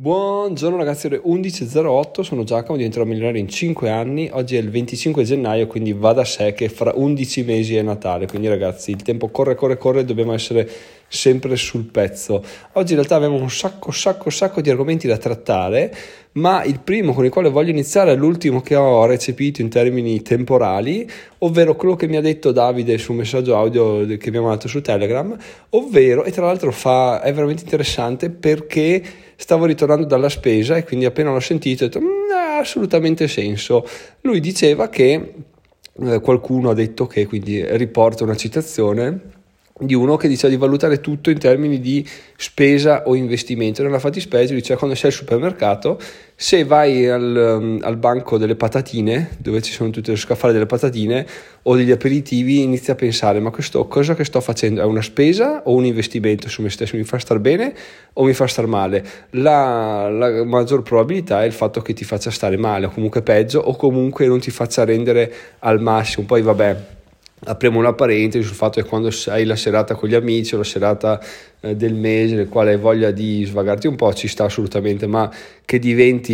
Buongiorno ragazzi, ore 11.08, sono Giacomo, diventerò milionario in 5 anni, oggi è il 25 gennaio, quindi va da sé che fra 11 mesi è Natale, quindi ragazzi il tempo corre, dobbiamo essere sempre sul pezzo. Oggi in realtà abbiamo un sacco di argomenti da trattare, ma il primo con il quale voglio iniziare è l'ultimo che ho recepito in termini temporali, ovvero quello che mi ha detto Davide sul messaggio audio che abbiamo mandato su Telegram, ovvero, e tra l'altro è veramente interessante perché stavo ritornando dalla spesa e quindi appena l'ho sentito ho detto ha assolutamente senso. Lui diceva che qualcuno ha detto che, quindi riporta una citazione di uno che diceva di valutare tutto in termini di spesa o investimento. Nella fattispecie dice: quando sei al supermercato, se vai al banco delle patatine, dove ci sono tutte le scaffali delle patatine o degli aperitivi, inizi a pensare: ma questo cosa che sto facendo è una spesa o un investimento su me stesso? Mi fa star bene o mi fa star male? La maggior probabilità è il fatto che ti faccia stare male, o comunque peggio, o comunque non ti faccia rendere al massimo. Poi vabbè, apriamo una parentesi sul fatto che quando hai la serata con gli amici o la serata del mese nel quale hai voglia di svagarti un po', ci sta assolutamente, ma che diventi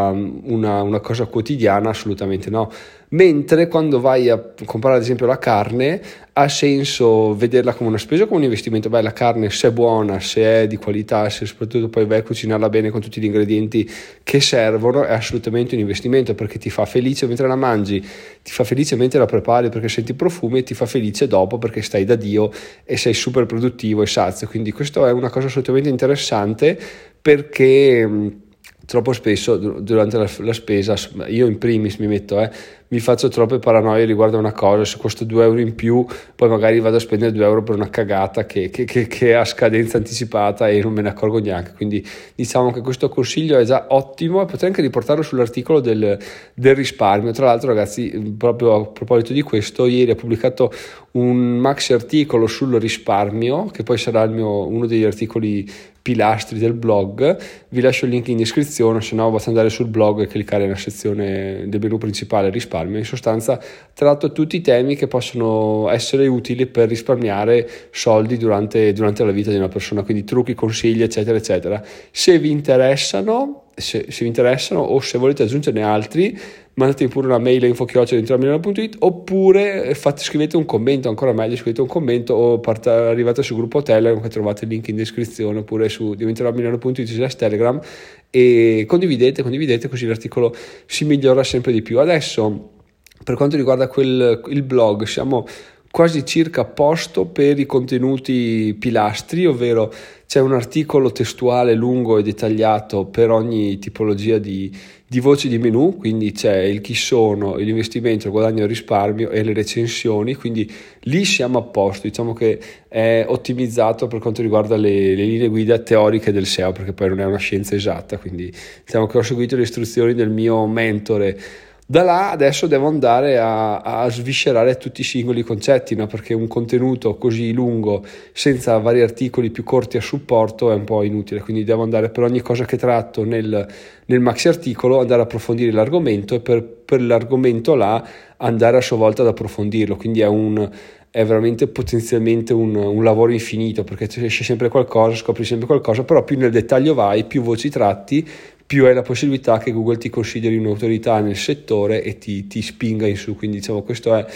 una cosa quotidiana assolutamente no. Mentre quando vai a comprare ad esempio la carne, ha senso vederla come una spesa o come un investimento. Beh, la carne, se è buona, se è di qualità, se soprattutto poi vai a cucinarla bene con tutti gli ingredienti che servono, è assolutamente un investimento, perché ti fa felice mentre la mangi, ti fa felice mentre la prepari perché senti profumi, e ti fa felice dopo perché stai da Dio e sei super produttivo e sazio. Quindi questo è una cosa assolutamente interessante, perché troppo spesso durante la spesa, io in primis mi faccio troppe paranoie riguardo a una cosa. Se costa 2 euro in più, poi magari vado a spendere 2 euro per una cagata che ha scadenza anticipata e non me ne accorgo neanche. Quindi diciamo che questo consiglio è già ottimo, e potrei anche riportarlo sull'articolo del risparmio. Tra l'altro ragazzi, proprio a proposito di questo, ieri ho pubblicato un maxi articolo sul risparmio, che poi sarà uno degli articoli pilastri del blog. Vi lascio il link in descrizione, se no basta andare sul blog e cliccare nella sezione del menu principale risparmio. In sostanza tratto tutti i temi che possono essere utili per risparmiare soldi durante la vita di una persona, quindi trucchi, consigli eccetera eccetera. Se vi interessano o se volete aggiungerne altri, mandatemi pure una mail a info@diventeromilionario.it, oppure scrivete un commento, ancora meglio scrivete un commento, o arrivate sul gruppo Telegram che trovate il link in descrizione, oppure su diventeromilionario.it/Telegram, e condividete così l'articolo si migliora sempre di più. Adesso, per quanto riguarda il blog, siamo quasi circa a posto per i contenuti pilastri, ovvero c'è un articolo testuale lungo e dettagliato per ogni tipologia di voci di menu, quindi c'è il chi sono, l'investimento, il guadagno e il risparmio e le recensioni, quindi lì siamo a posto. Diciamo che è ottimizzato per quanto riguarda le linee guida teoriche del SEO, perché poi non è una scienza esatta, quindi diciamo che ho seguito le istruzioni del mio mentore. Da là adesso devo andare a sviscerare tutti i singoli concetti, no? Perché un contenuto così lungo senza vari articoli più corti a supporto è un po' inutile, quindi devo andare per ogni cosa che tratto nel maxi articolo andare a approfondire l'argomento, e per l'argomento là andare a sua volta ad approfondirlo. Quindi è veramente potenzialmente un lavoro infinito, perché esce sempre qualcosa, scopri sempre qualcosa, però più nel dettaglio vai, più voci tratti, più hai la possibilità che Google ti consideri un'autorità nel settore e ti spinga in su. Quindi diciamo questo è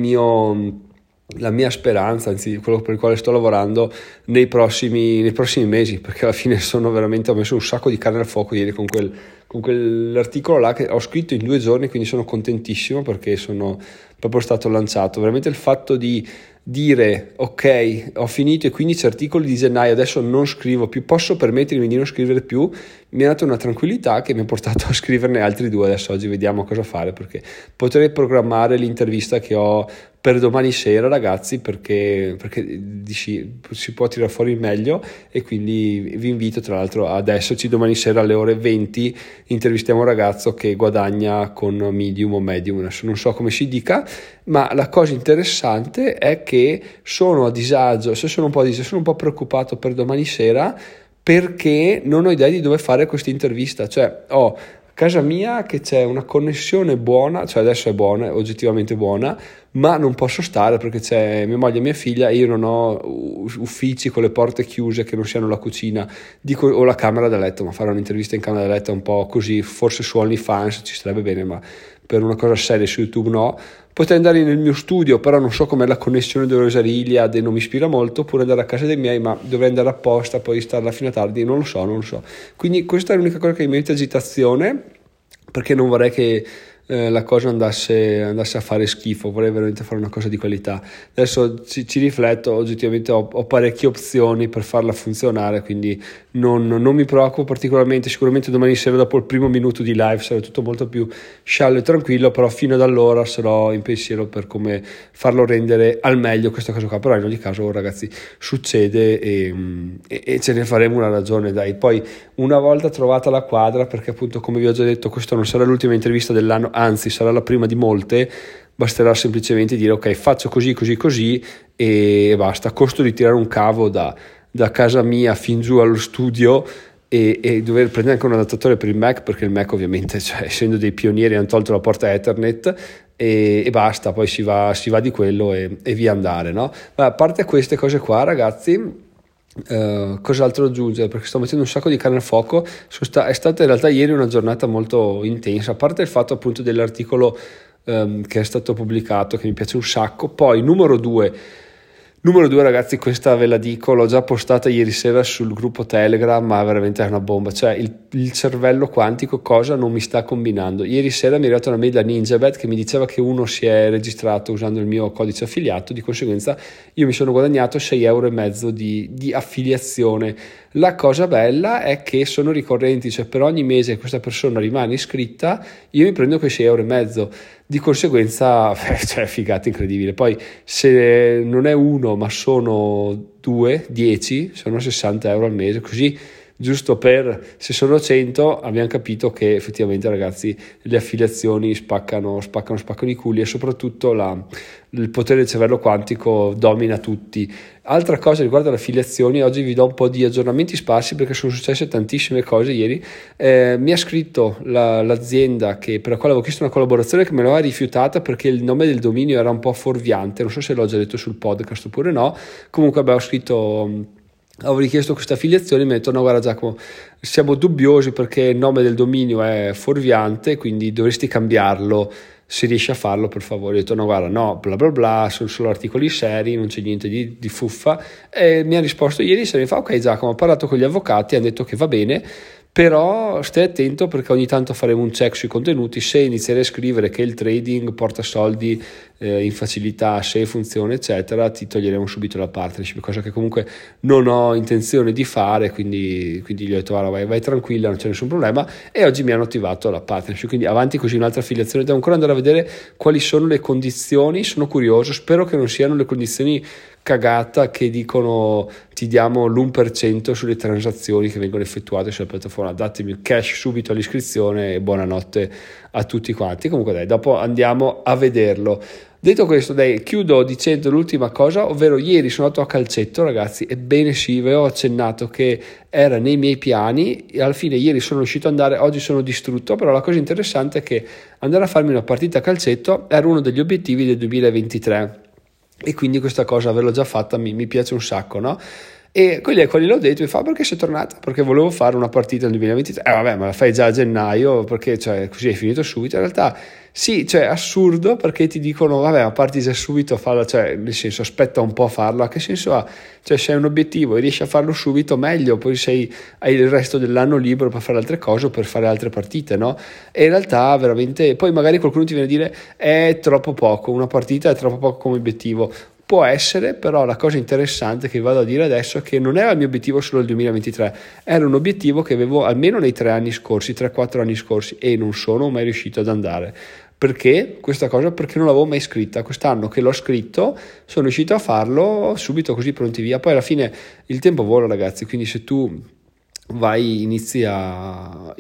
la mia speranza, anzi quello per il quale sto lavorando nei prossimi mesi, perché alla fine ho messo un sacco di carne al fuoco ieri con quell'articolo là che ho scritto in 2 giorni, quindi sono contentissimo perché sono proprio stato lanciato. Veramente il fatto di dire ok, ho finito i 15 articoli di gennaio, adesso non scrivo più, posso permettermi di non scrivere più, mi ha dato una tranquillità che mi ha portato a scriverne altri 2. Adesso oggi vediamo cosa fare, perché potrei programmare l'intervista che ho per domani sera, ragazzi, perché si può tirare fuori il meglio, e quindi vi invito. Tra l'altro adesso domani sera alle ore 20 intervistiamo un ragazzo che guadagna con Medium o Medium, adesso non so come si dica, ma la cosa interessante è che sono a disagio, sono un po' preoccupato per domani sera, perché non ho idea di dove fare questa intervista. Cioè ho a casa mia che c'è una connessione buona, cioè adesso è buona, è oggettivamente buona, ma non posso stare perché c'è mia moglie e mia figlia e io non ho uffici con le porte chiuse che non siano la cucina o la camera da letto, ma fare un'intervista in camera da letto è un po' così, forse su OnlyFans ci starebbe bene, ma per una cosa seria su YouTube no. Potrei andare nel mio studio, però non so com'è la connessione dove usare Iliad e non mi ispira molto, oppure andare a casa dei miei, ma dovrei andare apposta, poi starla fino a tardi, non lo so. Quindi questa è l'unica cosa che mi mette agitazione, perché non vorrei che la cosa andasse a fare schifo, vorrei veramente fare una cosa di qualità. Adesso ci rifletto, oggettivamente ho parecchie opzioni per farla funzionare, quindi non mi preoccupo particolarmente. Sicuramente domani sera dopo il primo minuto di live sarà tutto molto più sciallo e tranquillo, però fino ad allora sarò in pensiero per come farlo rendere al meglio questa cosa qua. Però in ogni caso ragazzi succede e ce ne faremo una ragione, dai. Poi una volta trovata la quadra, perché appunto come vi ho già detto questo non sarà l'ultima intervista dell'anno, anzi sarà la prima di molte, basterà semplicemente dire ok, faccio così e basta, a costo di tirare un cavo da casa mia fin giù allo studio e dover prendere anche un adattatore per il Mac, perché il Mac ovviamente, cioè, essendo dei pionieri hanno tolto la porta Ethernet e basta, poi si va di quello e via andare, no? Ma a parte queste cose qua ragazzi, cos'altro aggiungere, perché sto mettendo un sacco di carne al fuoco. È stata in realtà ieri una giornata molto intensa, a parte il fatto appunto dell'articolo che è stato pubblicato, che mi piace un sacco. Poi numero due ragazzi, questa ve la dico, l'ho già postata ieri sera sul gruppo Telegram, ma veramente è una bomba, cioè il cervello quantico cosa non mi sta combinando. Ieri sera mi è arrivata una mail da Ninjabet che mi diceva che uno si è registrato usando il mio codice affiliato, di conseguenza io mi sono guadagnato 6,5 euro di affiliazione. La cosa bella è che sono ricorrenti, cioè per ogni mese che questa persona rimane iscritta io mi prendo quei 6,5 euro. Di conseguenza, cioè figata incredibile. Poi se non è uno ma sono 2, 10, sono 60 euro al mese, così giusto per, se sono 100 abbiamo capito che effettivamente ragazzi le affiliazioni spaccano i culi, e soprattutto il potere del cervello quantico domina tutti. Altra cosa riguardo alle affiliazioni, oggi vi do un po' di aggiornamenti sparsi perché sono successe tantissime cose ieri. Mi ha scritto l'azienda per la quale avevo chiesto una collaborazione, che me l'aveva rifiutata perché il nome del dominio era un po' fuorviante, non so se l'ho già detto sul podcast oppure no. Comunque avevo richiesto questa affiliazione, mi ha detto no guarda Giacomo, siamo dubbiosi perché il nome del dominio è fuorviante, quindi dovresti cambiarlo, se riesci a farlo per favore. Ho detto no guarda, no, bla bla bla, sono solo articoli seri, non c'è niente di fuffa. E mi ha risposto ieri sera, mi fa ok Giacomo, ho parlato con gli avvocati, hanno detto che va bene, però stai attento perché ogni tanto faremo un check sui contenuti. Se inizierai a scrivere che il trading porta soldi in facilità, se funziona eccetera, ti toglieremo subito la partnership, cosa che comunque non ho intenzione di fare, quindi gli ho detto vai tranquilla, non c'è nessun problema, e oggi mi hanno attivato la partnership, quindi avanti così. Un'altra affiliazione, devo ancora andare a vedere quali sono le condizioni, sono curioso, spero che non siano le condizioni cagata che dicono ti diamo l'1% sulle transazioni che vengono effettuate sulla piattaforma, datemi il cash subito all'iscrizione e buonanotte a tutti quanti. Comunque dai, dopo andiamo a vederlo. Detto questo, dai, chiudo dicendo l'ultima cosa, ovvero ieri sono andato a calcetto ragazzi, ebbene sì, ve ho accennato che era nei miei piani e alla fine ieri sono riuscito ad andare, oggi sono distrutto, però la cosa interessante è che andare a farmi una partita a calcetto era uno degli obiettivi del 2023 e quindi questa cosa averla già fatta mi piace un sacco, no? E quelli ai quali l'ho detto mi fa perché sei tornata? Perché volevo fare una partita nel 2023. Vabbè, ma la fai già a gennaio, perché cioè così hai finito subito. In realtà sì, cioè assurdo, perché ti dicono vabbè, ma parti già subito a farla, cioè nel senso aspetta un po' a farla. Che senso ha? Cioè se hai un obiettivo e riesci a farlo subito meglio, poi hai il resto dell'anno libero per fare altre cose o per fare altre partite, no? E in realtà veramente, poi magari qualcuno ti viene a dire è troppo poco, una partita è troppo poco come obiettivo. Può essere, però la cosa interessante che vi vado a dire adesso è che non era il mio obiettivo solo il 2023, era un obiettivo che avevo almeno nei 3-4 anni scorsi e non sono mai riuscito ad andare. Perché questa cosa? Perché non l'avevo mai scritta. Quest'anno che l'ho scritto sono riuscito a farlo subito, così pronti via. Poi alla fine il tempo vola ragazzi, quindi se tu inizi a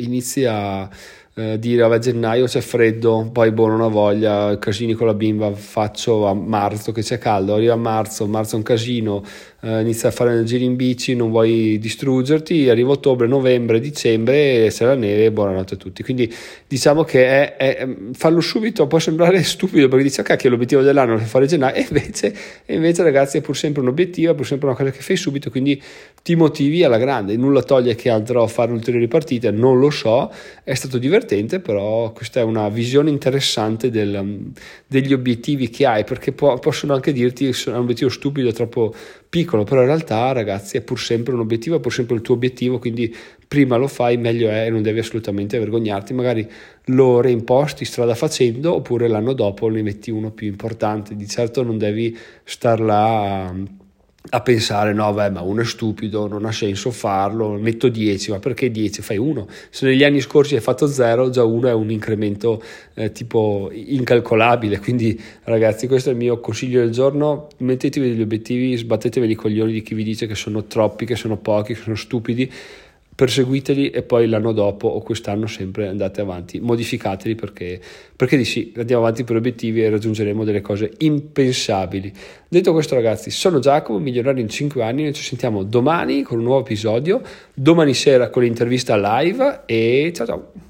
dire vabbè gennaio c'è freddo, poi non ho voglia, casini con la bimba, faccio a marzo che c'è caldo, arriva marzo è un casino, inizi a fare giri in bici, non vuoi distruggerti, arriva ottobre, novembre, dicembre, c'è la neve e buonanotte a tutti. Quindi diciamo che farlo subito può sembrare stupido, perché dici ok, che l'obiettivo dell'anno è fare gennaio, e invece ragazzi è pur sempre un obiettivo, è pur sempre una cosa che fai subito, quindi ti motivi alla grande. Nulla toglie che andrò a fare ulteriori partite, non lo so, è stato divertente, però questa è una visione interessante degli obiettivi che hai, perché possono anche dirti che è un obiettivo stupido, troppo piccolo, però in realtà ragazzi è pur sempre un obiettivo, è pur sempre il tuo obiettivo, quindi prima lo fai meglio è, e non devi assolutamente vergognarti. Magari lo reimposti strada facendo, oppure l'anno dopo ne metti uno più importante. Di certo non devi star là a pensare no beh, ma uno è stupido, non ha senso farlo, metto 10, ma perché 10? Fai uno. Se negli anni scorsi hai fatto 0, già uno è un incremento tipo incalcolabile. Quindi ragazzi, questo è il mio consiglio del giorno: mettetevi degli obiettivi, sbattetevi i coglioni di chi vi dice che sono troppi, che sono pochi, che sono stupidi, perseguiteli, e poi l'anno dopo o quest'anno sempre andate avanti, modificateli, perché di sì, andiamo avanti per obiettivi e raggiungeremo delle cose impensabili. Detto questo ragazzi, sono Giacomo, migliorare in 5 anni, noi ci sentiamo domani con un nuovo episodio, domani sera con l'intervista live, e ciao ciao.